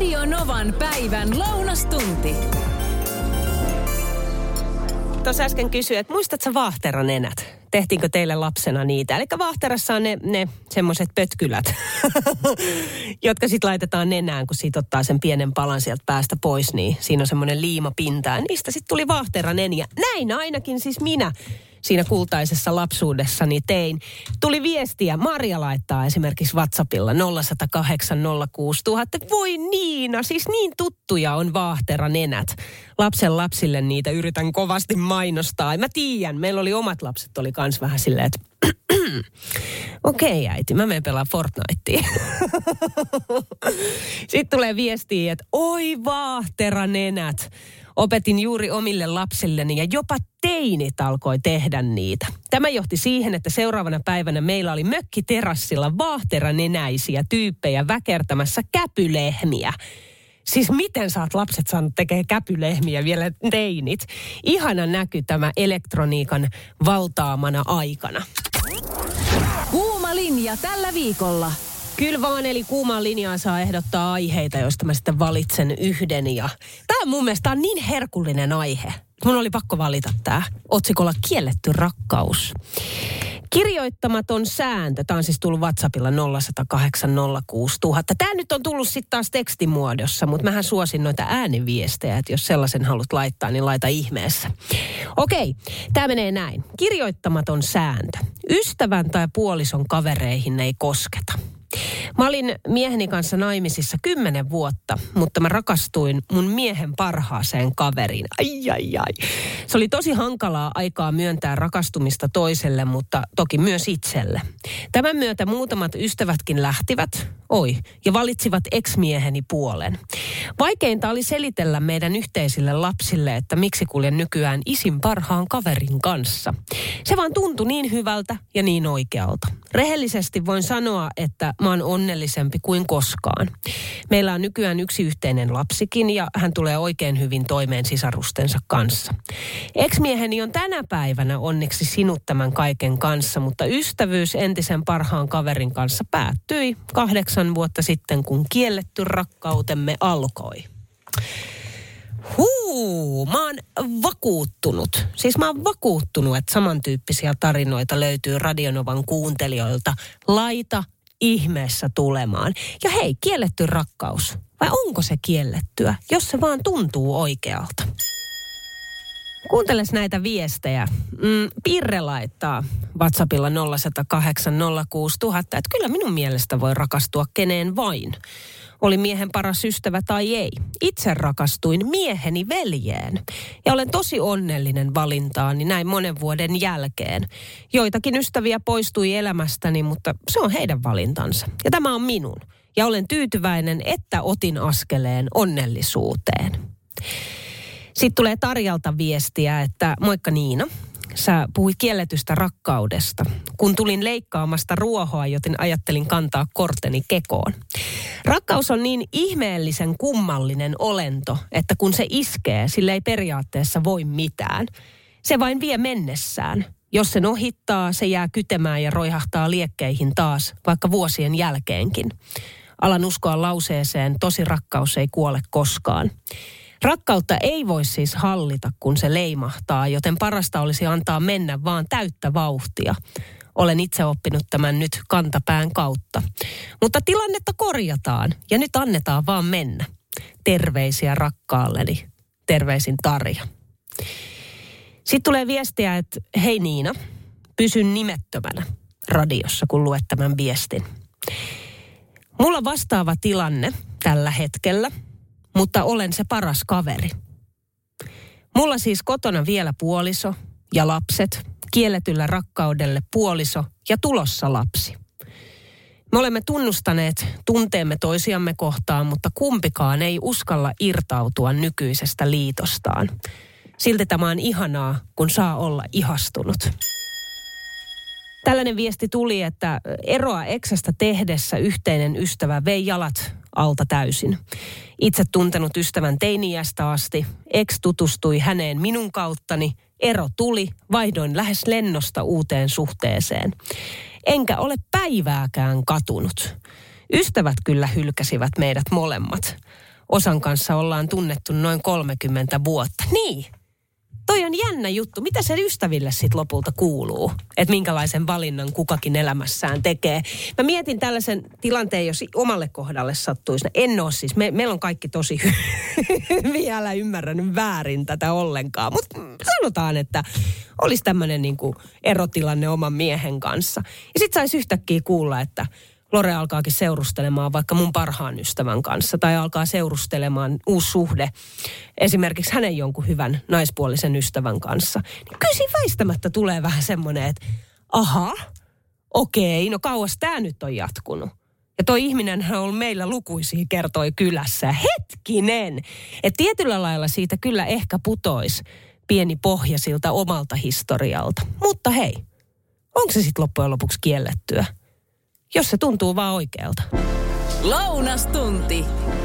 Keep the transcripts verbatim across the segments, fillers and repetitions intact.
Radio Novan päivän lounastunti. Tuossa äsken kysyin, että muistatko vaahteranenät? Tehtiinkö teille lapsena niitä? Eli vaahterassa on ne, ne semmoiset pötkylät, jotka sitten laitetaan nenään, kun siitä ottaa sen pienen palan sieltä päästä pois, niin siinä on semmoinen liimapinta. Ja niistä sitten tuli vaahteräneniä. Näin ainakin siis minä siinä kultaisessa lapsuudessani tein. Tuli viestiä, Marja laittaa esimerkiksi WhatsAppilla nolla yksi nolla kahdeksan nolla kuusi nolla nolla nolla. Voi Niina, siis niin tuttuja on vaahteranenät. Lapsen lapsille niitä yritän kovasti mainostaa. Mä tiedän, meillä oli omat lapset, oli kans vähän silleen, että okei okay, äiti, mä menen pelaa Fortnitea. Sitten tulee viestiä, että oi vaahteranenät. Opetin juuri omille lapsilleni ja jopa teinit alkoi tehdä niitä. Tämä johti siihen, että seuraavana päivänä meillä oli mökkiterassilla vaahteranenäisiä tyyppejä väkertämässä käpylehmiä. Siis miten sä oot lapset saanut tekemään käpylehmiä vielä teinit? Ihana näky tämä elektroniikan valtaamana aikana. Kuuma linja tällä viikolla. Kyllä vaan, eli kuumaan linjaan saa ehdottaa aiheita, joista mä sitten valitsen yhden. Ja tämä on mun mielestä on niin herkullinen aihe. Mun oli pakko valita tämä otsikolla kielletty rakkaus. Kirjoittamaton sääntö. Tämä on siis tullut WhatsAppilla nolla yksi nolla kahdeksan nolla kuusi nolla nolla nolla. Tämä nyt on tullut sitten taas tekstimuodossa, mutta mähän suosin noita ääniviestejä, että jos sellaisen haluat laittaa, niin laita ihmeessä. Okei, tämä menee näin. Kirjoittamaton sääntö. Ystävän tai puolison kavereihin ei kosketa. Mä olin mieheni kanssa naimisissa kymmenen vuotta, mutta mä rakastuin mun miehen parhaaseen kaveriin. Ai, ai, ai. Se oli tosi hankalaa aikaa myöntää rakastumista toiselle, mutta toki myös itselle. Tämän myötä muutamat ystävätkin lähtivät, oi, ja valitsivat ex-mieheni puolen. Vaikeinta oli selitellä meidän yhteisille lapsille, että miksi kuljen nykyään isin parhaan kaverin kanssa. Se vaan tuntui niin hyvältä ja niin oikealta. Rehellisesti voin sanoa, että mä oon onnellisempi kuin koskaan. Meillä on nykyään yksi yhteinen lapsikin ja hän tulee oikein hyvin toimeen sisarustensa kanssa. Ex-mieheni on tänä päivänä onneksi sinut tämän kaiken kanssa, mutta ystävyys entisen parhaan kaverin kanssa päättyi kahdeksan vuotta sitten, kun kielletty rakkautemme alkoi. Huu, mä oon vakuuttunut. Siis mä oon vakuuttunut, että samantyyppisiä tarinoita löytyy Radio Novan kuuntelijoilta. Laita ihmeessä tulemaan. Ja hei, kielletty rakkaus. Vai onko se kiellettyä, jos se vaan tuntuu oikealta? Kuunteles näitä viestejä. Mm, Pirre laittaa WhatsAppilla nolla yksi nolla kahdeksan nolla kuusi nolla nolla nolla, että kyllä minun mielestä voi rakastua keneen vain. Oli miehen paras ystävä tai ei. Itse rakastuin mieheni veljeen. Ja olen tosi onnellinen valintaani näin monen vuoden jälkeen. Joitakin ystäviä poistui elämästäni, mutta se on heidän valintansa. Ja tämä on minun. Ja olen tyytyväinen, että otin askeleen onnellisuuteen. Sitten tulee Tarjalta viestiä, että moikka Niina. Sä puhuit kielletystä rakkaudesta. Kun tulin leikkaamasta ruohoa, joten ajattelin kantaa korteni kekoon. Rakkaus on niin ihmeellisen kummallinen olento, että kun se iskee, sille ei periaatteessa voi mitään. Se vain vie mennessään. Jos sen ohittaa, se jää kytemään ja roihahtaa liekkeihin taas, vaikka vuosien jälkeenkin. Alan uskoa lauseeseen, tosi rakkaus ei kuole koskaan. Rakkautta ei voi siis hallita, kun se leimahtaa, joten parasta olisi antaa mennä vaan täyttä vauhtia. Olen itse oppinut tämän nyt kantapään kautta. Mutta tilannetta korjataan ja nyt annetaan vaan mennä. Terveisiä rakkaalleni. Terveisin Tarja. Sitten tulee viestiä, että hei Niina, pysyn nimettömänä radiossa, kun luet tämän viestin. Mulla on vastaava tilanne tällä hetkellä. Mutta olen se paras kaveri. Mulla siis kotona vielä puoliso ja lapset, kielletyllä rakkaudelle puoliso ja tulossa lapsi. Me olemme tunnustaneet tunteemme toisiamme kohtaan, mutta kumpikaan ei uskalla irtautua nykyisestä liitostaan. Silti tämä on ihanaa, kun saa olla ihastunut. Tällainen viesti tuli, että eroa eksästä tehdessä yhteinen ystävä vei jalat alta täysin. Itse tuntenut ystävän teini-iästä asti, ex tutustui häneen minun kauttani, ero tuli, vaihdoin lähes lennosta uuteen suhteeseen. Enkä ole päivääkään katunut. Ystävät kyllä hylkäsivät meidät molemmat. osan kanssa ollaan tunnettu noin kolmekymmentä vuotta. Niin. Toi on jännä juttu. Mitä se ystäville sitten lopulta kuuluu? Että minkälaisen valinnan kukakin elämässään tekee. Mä mietin tällaisen tilanteen, jos omalle kohdalle sattuisi. En ole siis. Me, meillä on kaikki tosi hyviä, älä ymmärrä väärin tätä ollenkaan. Mutta sanotaan, että olisi tämmöinen niinku erotilanne oman miehen kanssa. Ja sit saisi yhtäkkiä kuulla, että Lore alkaakin seurustelemaan vaikka mun parhaan ystävän kanssa tai alkaa seurustelemaan uusi suhde esimerkiksi hänen jonkun hyvän naispuolisen ystävän kanssa. Niin kyllä siinä väistämättä tulee vähän semmoinen, että aha, okei, no kauas tämä nyt on jatkunut. Ja toi ihminenhän on meillä lukuisia kertoi kylässä. Hetkinen! Että tietyllä lailla siitä kyllä ehkä putoisi pieni pohja siltä omalta historialta. Mutta hei, onko se sitten loppujen lopuksi kiellettyä? Jos se tuntuu vaan oikealta. Lounastunti.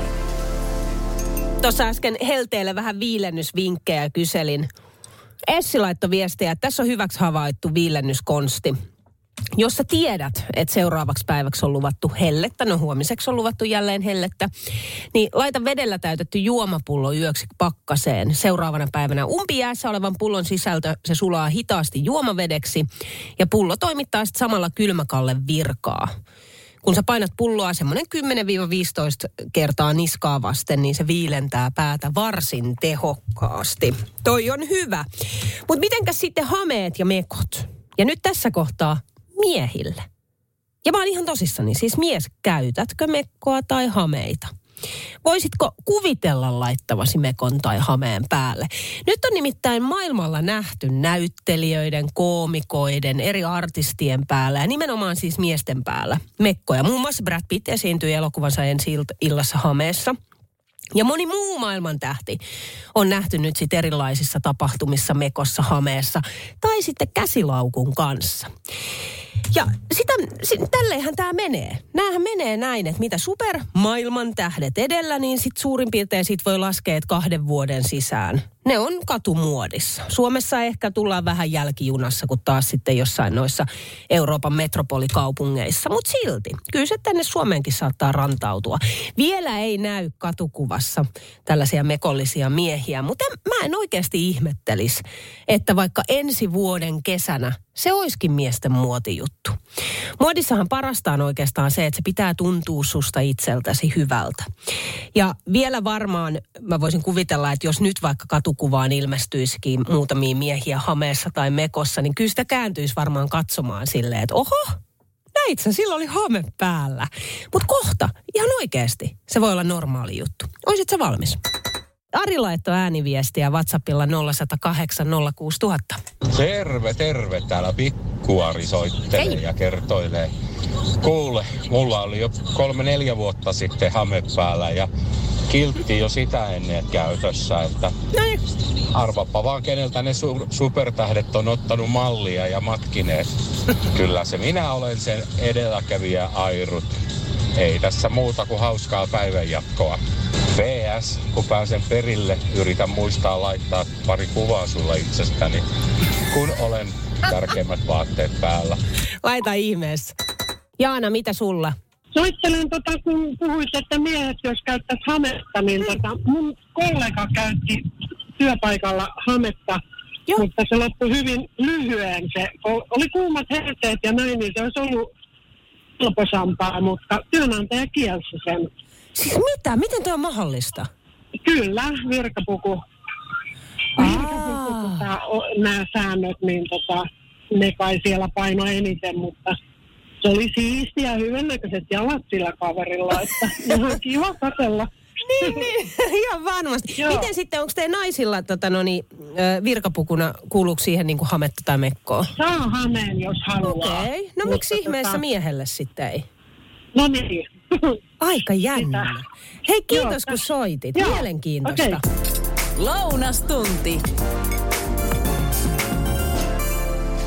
Tuossa äsken Helteelle vähän viilennysvinkkejä kyselin. Essi laittoi viestejä, että tässä on hyväksi havaittu viilennyskonsti. Jos sä tiedät, että seuraavaksi päiväksi on luvattu hellettä, no huomiseksi on luvattu jälleen hellettä, niin laita vedellä täytetty juomapullo yöksi pakkaseen seuraavana päivänä. Umpiäässä olevan pullon sisältö, se sulaa hitaasti juomavedeksi ja pullo toimittaa sitten samalla kylmäkalle virkaa. Kun sä painat pulloa semmoinen kymmenen viisitoista kertaa niskaa vasten, niin se viilentää päätä varsin tehokkaasti. Toi on hyvä. Mutta mitenkäs sitten hameet ja mekot? Ja nyt tässä kohtaa miehille. Ja mä oon ihan tosissani, siis mies, käytätkö mekkoa tai hameita? Voisitko kuvitella laittavasi mekon tai hameen päälle? Nyt on nimittäin maailmalla nähty näyttelijöiden, koomikoiden, eri artistien päällä ja nimenomaan siis miesten päällä mekkoja. Muun muassa Brad Pitt esiintyi elokuvansa ensi illassa hameessa. Ja moni muu maailman tähti on nähty nyt sitten erilaisissa tapahtumissa mekossa, hameessa tai sitten käsilaukun kanssa. Ja sitä, tälleenhän tämä menee. Nämähän menee näin, että mitä super maailman tähdet edellä, niin sitten suurin piirtein siitä voi laskea, että kahden vuoden sisään. Ne on katumuodissa. Suomessa ehkä tullaan vähän jälkijunassa, kun taas sitten jossain noissa Euroopan metropolikaupungeissa. Mutta silti, kyllä se tänne Suomeenkin saattaa rantautua. Vielä ei näy katukuvassa tällaisia mekollisia miehiä, mutta mä en oikeasti ihmettelisi, että vaikka ensi vuoden kesänä se olisikin miesten muotijuttu. Muodissahan parasta on oikeastaan se, että se pitää tuntua susta itseltäsi hyvältä. Ja vielä varmaan mä voisin kuvitella, että jos nyt vaikka katukuvaan ilmestyisikin muutamia miehiä hameessa tai mekossa, niin kyllä sitä kääntyisi varmaan katsomaan silleen, että oho, näit sä, sillä oli hame päällä. Mutta kohta, ihan oikeasti, se voi olla normaali juttu. Oisit sä valmis? Ari laittoi ääniviestiä WhatsAppilla nolla yksi nolla kahdeksan nolla kuusi nolla nolla nolla. Terve, terve. Täällä pikkuari soittelee Hei. ja kertoilee. Kuule, mulla oli jo kolme neljä vuotta sitten hame päällä ja kiltti jo sitä ennen käytössä, että arvappa vaan keneltä ne su- supertähdet on ottanut mallia ja matkineet. Kyllä se minä olen sen edelläkävijä airut. Ei tässä muuta kuin hauskaa päivänjatkoa. P S, kun pääsen perille, yritän muistaa laittaa pari kuvaa sulla itsestäni, kun olen tärkeimmät vaatteet päällä. Laita ihmeessä. Jaana, mitä sulla? Soittelen, tota, kun puhuit, että miehet, jos käyttäisi hametta, niin tota, mun kollega käytti työpaikalla hametta, Joo. mutta se loppui hyvin lyhyen. Se oli kuumat herteet ja näin, niin se olisi ollut helposampaa, mutta työnantaja kielsi sen. Siis mitä? Miten tuo on mahdollista? Kyllä, virkapuku. Virkapuku, tota, nämä säännöt, niin tota, ne kai siellä paino eniten, mutta se oli siistiä ja hyvännäköiset jalat sillä kaverilla, että ihan kiva katsella. Niin, niin, ihan varmasti. Joo. Miten sitten, onko teidän naisilla tota, no niin, virkapukuna, kuuluuko siihen niin kuin hametta tai mekkoa? Saa hameen, jos haluaa. Okei, okay. No mutta miksi ihmeessä tota... miehelle sitten ei? No niin. Aika jännä. Sitä. Hei, kiitos Joo, kun soitit. Joo. Mielenkiintoista. Okay. Lounastunti.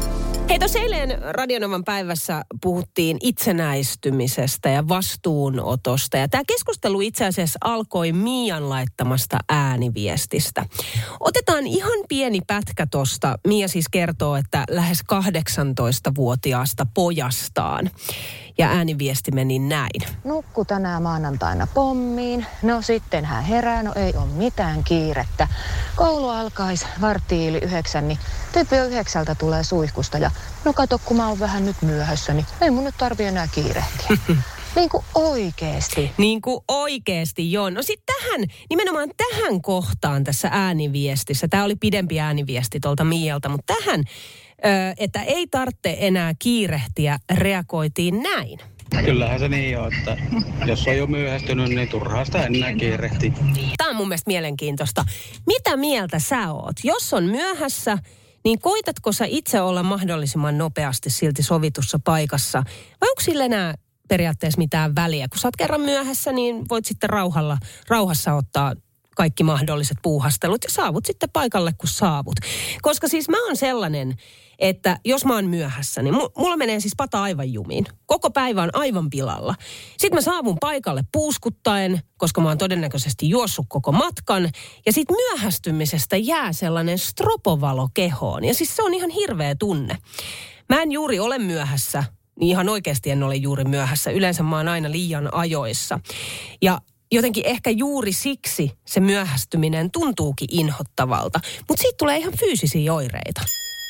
Hei, tuossa eilen Radionovan päivässä puhuttiin itsenäistymisestä ja vastuunotosta. Ja tämä keskustelu itse asiassa alkoi Mian laittamasta ääniviestistä. Otetaan ihan pieni pätkä tuosta. Mia siis kertoo, että lähes kahdeksantoistavuotiaasta pojastaan. Ja ääniviesti meni näin. Nukku tänään maanantaina pommiin. No sitten hän herää, no ei ole mitään kiirettä. Koulu alkaisi varttiin yli yhdeksän, niin tyyppi jo yhdeksältä tulee suihkusta. Ja no kato, kun mä oon vähän nyt myöhässä, niin ei mun nyt tarvi enää kiirehtiä. Niin kuin oikeesti. Niin kuin oikeesti, joo. No sitten tähän, nimenomaan tähän kohtaan tässä ääniviestissä. Tämä oli pidempi ääniviesti tuolta Mialta, mutta tähän, että ei tarvitse enää kiirehtiä, reagoitiin näin. Kyllähän se niin on, että jos on jo myöhästynyt, niin turhaa sitä enää kiirehti. Tämä on mun mielestä mielenkiintoista. Mitä mieltä sä oot? Jos on myöhässä, niin koitatko sä itse olla mahdollisimman nopeasti silti sovitussa paikassa? Vai onko sillä enää periaatteessa mitään väliä? Kun sä oot kerran myöhässä, niin voit sitten rauhalla, rauhassa ottaa kaikki mahdolliset puuhastelut ja saavut sitten paikalle, kun saavut. Koska siis mä oon sellainen, että jos mä oon myöhässä, niin mulla menee siis pata aivan jumiin. Koko päivä on aivan pilalla. Sitten mä saavun paikalle puuskuttaen, koska mä oon todennäköisesti juossut koko matkan. Ja sit myöhästymisestä jää sellainen stropovalo kehoon. Ja siis se on ihan hirveä tunne. Mä en juuri ole myöhässä, niin ihan oikeasti en ole juuri myöhässä. Yleensä mä oon aina liian ajoissa. Ja jotenkin ehkä juuri siksi se myöhästyminen tuntuukin inhottavalta. Mutta siitä tulee ihan fyysisiä oireita.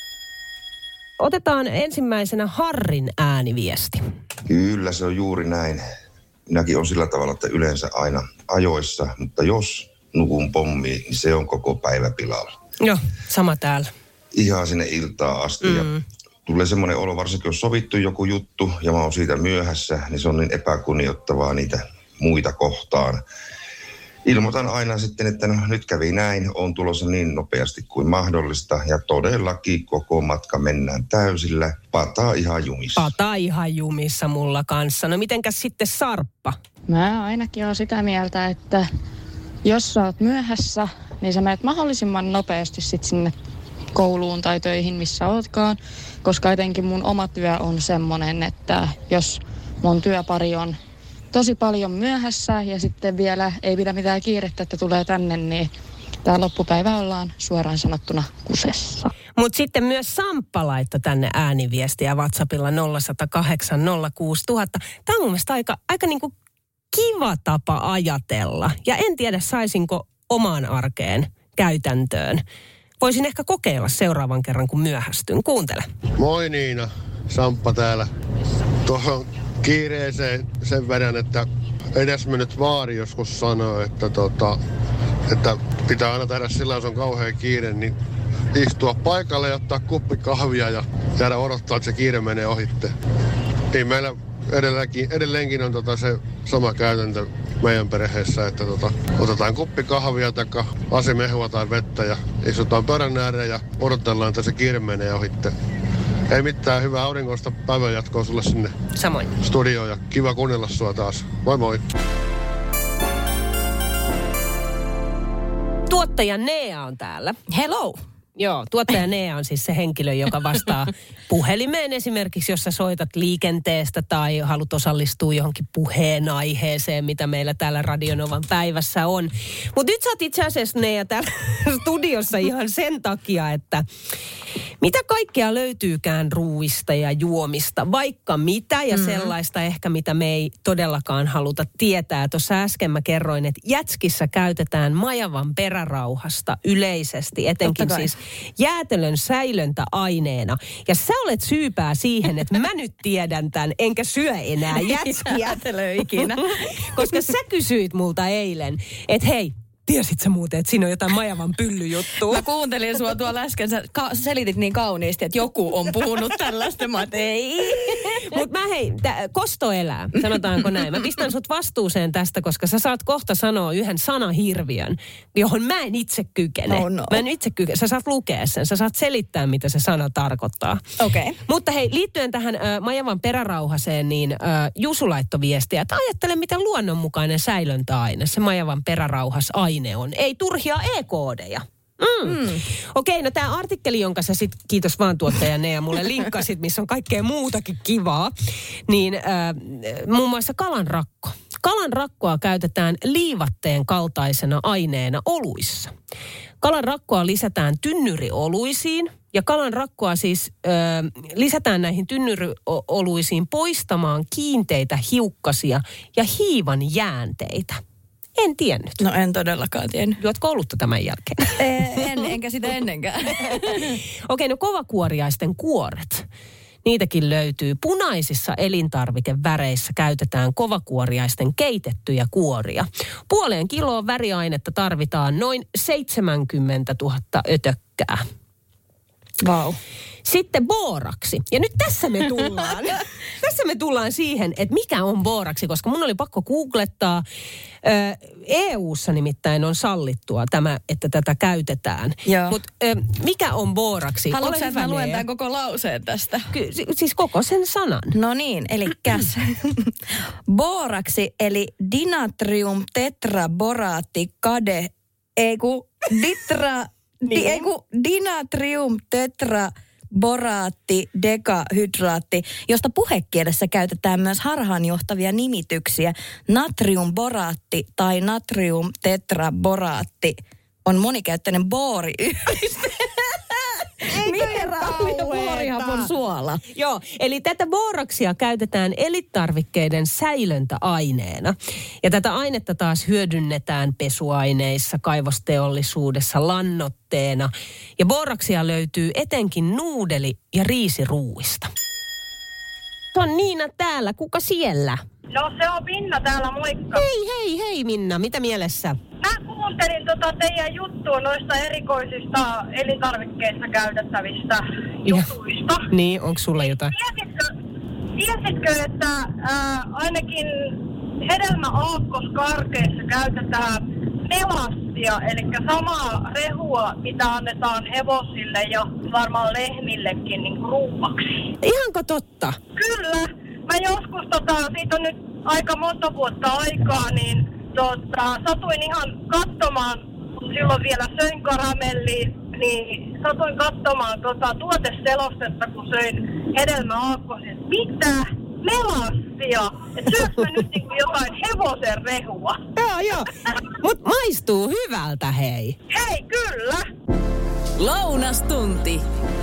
Otetaan ensimmäisenä Harrin ääniviesti. Kyllä, se on juuri näin. Minäkin on sillä tavalla, että yleensä aina ajoissa, mutta jos nukun pommiin, niin se on koko päivä pilalla. Joo, sama täällä. Ihan sinne iltaan asti. Mm. Ja tulee semmoinen olo, varsinkin jos sovittu joku juttu ja mä oon siitä myöhässä, niin se on niin epäkunnioittavaa niitä muita kohtaan. Ilmoitan aina sitten, että no, nyt kävi näin, on tulossa niin nopeasti kuin mahdollista ja todellakin koko matka mennään täysillä. Pataa ihan jumissa. Pataa ihan jumissa mulla kanssa. No mitenkäs sitten Sarppa? Mä ainakin olen sitä mieltä, että jos sä oot myöhässä, niin sä menet mahdollisimman nopeasti sit sinne kouluun tai töihin, missä ootkaan. Koska etenkin mun oma työ on semmonen, että jos mun työpari on tosi paljon myöhässä ja sitten vielä ei pidä mitään kiirettä, että tulee tänne, niin tää loppupäivä ollaan suoraan sanottuna kusessa. Mutta sitten myös Samppa laittoi tänne ääniviestiä WhatsAppilla nolla yksi nolla kahdeksan nolla kuusi nolla nolla nolla. Tämä on mun mielestä aika, aika niinku kiva tapa ajatella. Ja en tiedä, saisinko omaan arkeen käytäntöön. Voisin ehkä kokeilla seuraavan kerran, kun myöhästyn. Kuuntele. Moi Niina, Samppa täällä. Tuohon kiireeseen sen verran, että edesmennyt vaari joskus sanoi, että, tota, että pitää aina tehdä sillä, jos on kauhean kiire, niin istua paikalle ja ottaa kuppi kahvia ja jäädä odottaa, että se kiire menee ohitte. Niin meillä edelleenkin, edelleenkin on tota se sama käytäntö meidän perheessä, että tota, otetaan kuppi kahvia tai asimehua tai vettä ja istutaan pöydän ääreen ja odotellaan, että se kiire menee ohitte. Ei mitään, hyvää aurinkoista päivän jatkoa sulle sinne Samoin. studioon ja kiva kuunnella sua taas. Moi moi. Tuottaja Nea on täällä. Hello. Joo, tuottaja Nea on siis se henkilö, joka vastaa puhelimeen esimerkiksi, jos sä soitat liikenteestä tai haluat osallistua johonkin puheenaiheeseen, mitä meillä täällä Radionovan päivässä on. Mutta nyt sä oot itse asiassa Nea täällä studiossa ihan sen takia, että mitä kaikkea löytyykään ruuista ja juomista, vaikka mitä ja mm-hmm. sellaista ehkä, mitä me ei todellakaan haluta tietää. Tuossa äsken mä kerroin, että Jätskissä käytetään majavan perärauhasta yleisesti, etenkin siis jäätelön säilöntäaineena. Ja sä olet syypää siihen, että mä nyt tiedän tämän, enkä syö enää jätskiä. Jäätelö ikinä. Koska sä kysyit multa eilen, että hei, tiesit sä muuten, että siinä on jotain majavan pyllyjuttua? Mä kuuntelin sua tuolla äsken, sä ka- selitit niin kauniisti, että joku on puhunut tällaista. Mä oon, ei. Mutta mä hei, tä, kosto elää, sanotaanko näin. Mä pistän sut vastuuseen tästä, koska sä saat kohta sanoa yhden sanahirviön, johon mä en itse kykene. Oh no. Mä en itse kykene. Sä saat lukea sen, sä saat selittää, mitä se sana tarkoittaa. Okei. Okay. Mutta hei, liittyen tähän äh, majavan perärauhaseen, niin äh, Jusu laittoi viestiä, että ajattele, miten luonnonmukainen säilöntäaine, se majavan perärauhasaine on. Ei turhia E-koodeja. Mm. Mm. Okei, okay, no tämä artikkeli, jonka sä sit, kiitos vaan tuottaja Nea, mulle linkkasit, missä on kaikkea muutakin kivaa, niin äh, muun muassa kalanrakko. Kalanrakkoa käytetään liivatteen kaltaisena aineena oluissa. Kalanrakkoa lisätään tynnyrioluisiin ja kalanrakkoa siis ö, lisätään näihin tynnyrioluisiin poistamaan kiinteitä hiukkasia ja hiivan jäänteitä. En tiennyt. No en todellakaan tiennyt. Juotko olutta tämän jälkeen? En, enkä sitä ennenkään. Okei, no kovakuoriaisten kuoret. Niitäkin löytyy. Punaisissa elintarvikeväreissä käytetään kovakuoriaisten keitettyjä kuoria. Puoleen kiloon väriainetta tarvitaan noin seitsemänkymmentätuhatta ötökkää. Vau. Sitten booraksi. Ja nyt tässä me tullaan. tässä me tullaan siihen, että mikä on booraksi, koska mun oli pakko googlettaa. E U:ssa nimittäin on sallittua tämä, että tätä käytetään. Mutta mikä on booraksi? Haluatko, että mä luen tämän koko lauseen tästä? Ky- siis koko sen sanan. No niin, eli käs. Booraksi eli dinatrium tetraboraatti kade, ei ku ditra... Niin. Ei kun dinatrium tetraboraatti dekahydraatti, josta puhekielessä käytetään myös harhaanjohtavia nimityksiä. Natriumboraatti tai natrium tetraboraatti on monikäyttöinen booriyhdiste. Mineraali- ja boorihapon suola. Joo, eli tätä booroksia käytetään elintarvikkeiden säilöntäaineena. Ja tätä ainetta taas hyödynnetään pesuaineissa, kaivosteollisuudessa, lannoitteena. Ja booroksia löytyy etenkin nuudeli- ja riisiruuista. Se on Niina täällä, kuka siellä? No se on Minna täällä, moikka. Hei, hei, hei Minna, mitä mielessä? Mä kuuntelin tota teidän juttua noista erikoisista elintarvikkeissa käytettävistä jutuista. Ja. Niin, onko sulla jotain? Tiesitkö, tiesitkö että ää, ainakin hedelmäaakkoskarkeissa käytetään melassia, eli samaa rehua, mitä annetaan hevosille ja varmaan lehmillekin niin ruuaksi. Ihanko totta? Kyllä. Mä joskus, tota, siitä on nyt aika monta vuotta aikaa, niin tota, satuin ihan katsomaan, kun silloin vielä söin karamellia, niin satuin katsomaan tota, tuoteselostetta, kun söin hedelmäaakkosia. Mitä? Melassia? Että syöks mä nyt niinku jotain hevosen rehua? Joo, joo. Mut maistuu hyvältä, hei. Hei, kyllä. Lounastunti.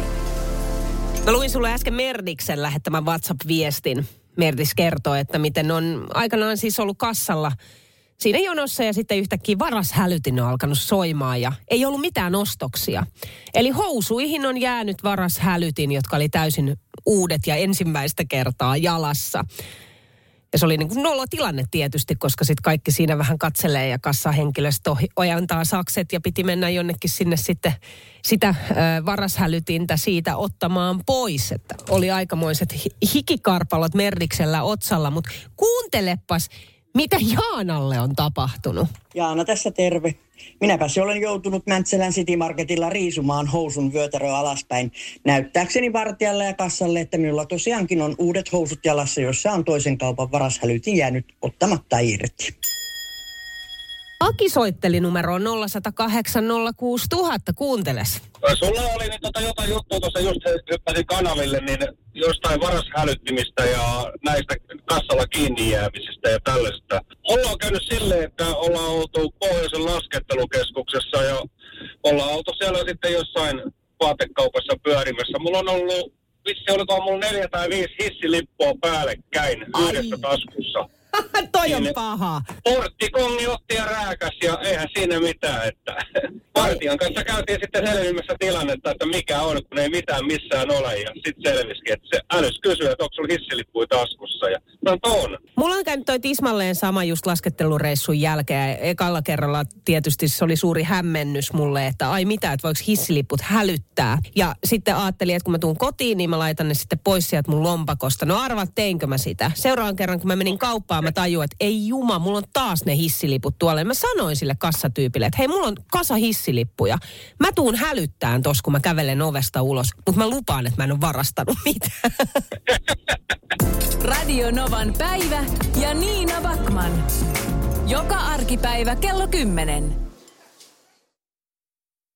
Mä luin sulle äsken Merdiksen lähettämän WhatsApp-viestin. Merdis kertoo, että miten on aikanaan siis ollut kassalla siinä jonossa ja sitten yhtäkkiä varashälytin on alkanut soimaan ja ei ollut mitään ostoksia. Eli housuihin on jäänyt varashälytin, jotka oli täysin uudet ja ensimmäistä kertaa jalassa. Ja se oli niin kuin nolotilanne tietysti, koska sitten kaikki siinä vähän katselee ja kassahenkilöstö ojantaa sakset ja piti mennä jonnekin sinne sitten sitä ö, varashälytintä siitä ottamaan pois. Että oli aikamoiset hikikarpalot Merdiksellä otsalla, mutta kuuntelepas, mitä Jaanalle on tapahtunut. Jaana tässä terve. Minäpäs olen joutunut Mäntsälän City Marketilla riisumaan housun vyötäröä alaspäin näyttääkseni vartijalle ja kassalle, että minulla tosiaankin on uudet housut jalassa, joissa on toisen kaupan varashälytin jäänyt ottamatta irti. Aki soitteli numeroon nolla yksi nolla kahdeksan nolla kuusi nolla nolla nolla. Kuunteles. Sulla oli niin tota jotain juttua tuossa just hyppäsin kanaville, niin jostain varashälyttimistä ja näistä kassalla kiinni jäämisistä ja tällaista. Ollaan käynyt silleen, että ollaan oltu Pohjoisen laskettelukeskuksessa ja ollaan oltu siellä sitten jossain vaatekaupassa pyörimässä. Mulla on ollut, vissi olikohan mulla neljä tai viisi hissilippua päällekkäin yhdessä taskussa. Toi on paha. Porttikongi otti ja rääkäs ja eihän siinä mitään, että vartijan kanssa käytiin sitten selvimässä tilannetta, että mikä on, kun ei mitään missään ole. Ja sitten selvisikin, että se älys kysyy, että onko sulla hissilippuja taskussa. Ja no on. Mulla on käynyt toi tismalleen sama just laskettelureissun jälkeen. Ekalla kerralla tietysti se oli suuri hämmennys mulle, että ai mitä, että voiko hissilipput hälyttää. Ja sitten ajattelin, että kun mä tuun kotiin, niin mä laitan ne sitten pois sieltä mun lompakosta. No arvaat, teinkö mä sitä? Seuraavan kerran, kun mä menin kauppaan, mä tajuin, että ei juma, mulla on taas ne hissiliput tuolla. Ja mä sanoin sille kassatyypille, että hei, mulla on kasa hissilippuja. Mä tuun hälyttään tossa, kun mä kävelen ovesta ulos. Mutta mä lupaan, että mä en ole varastanut mitään. Radio Novan päivä ja Niina Backman. Joka arkipäivä kello kymmenen.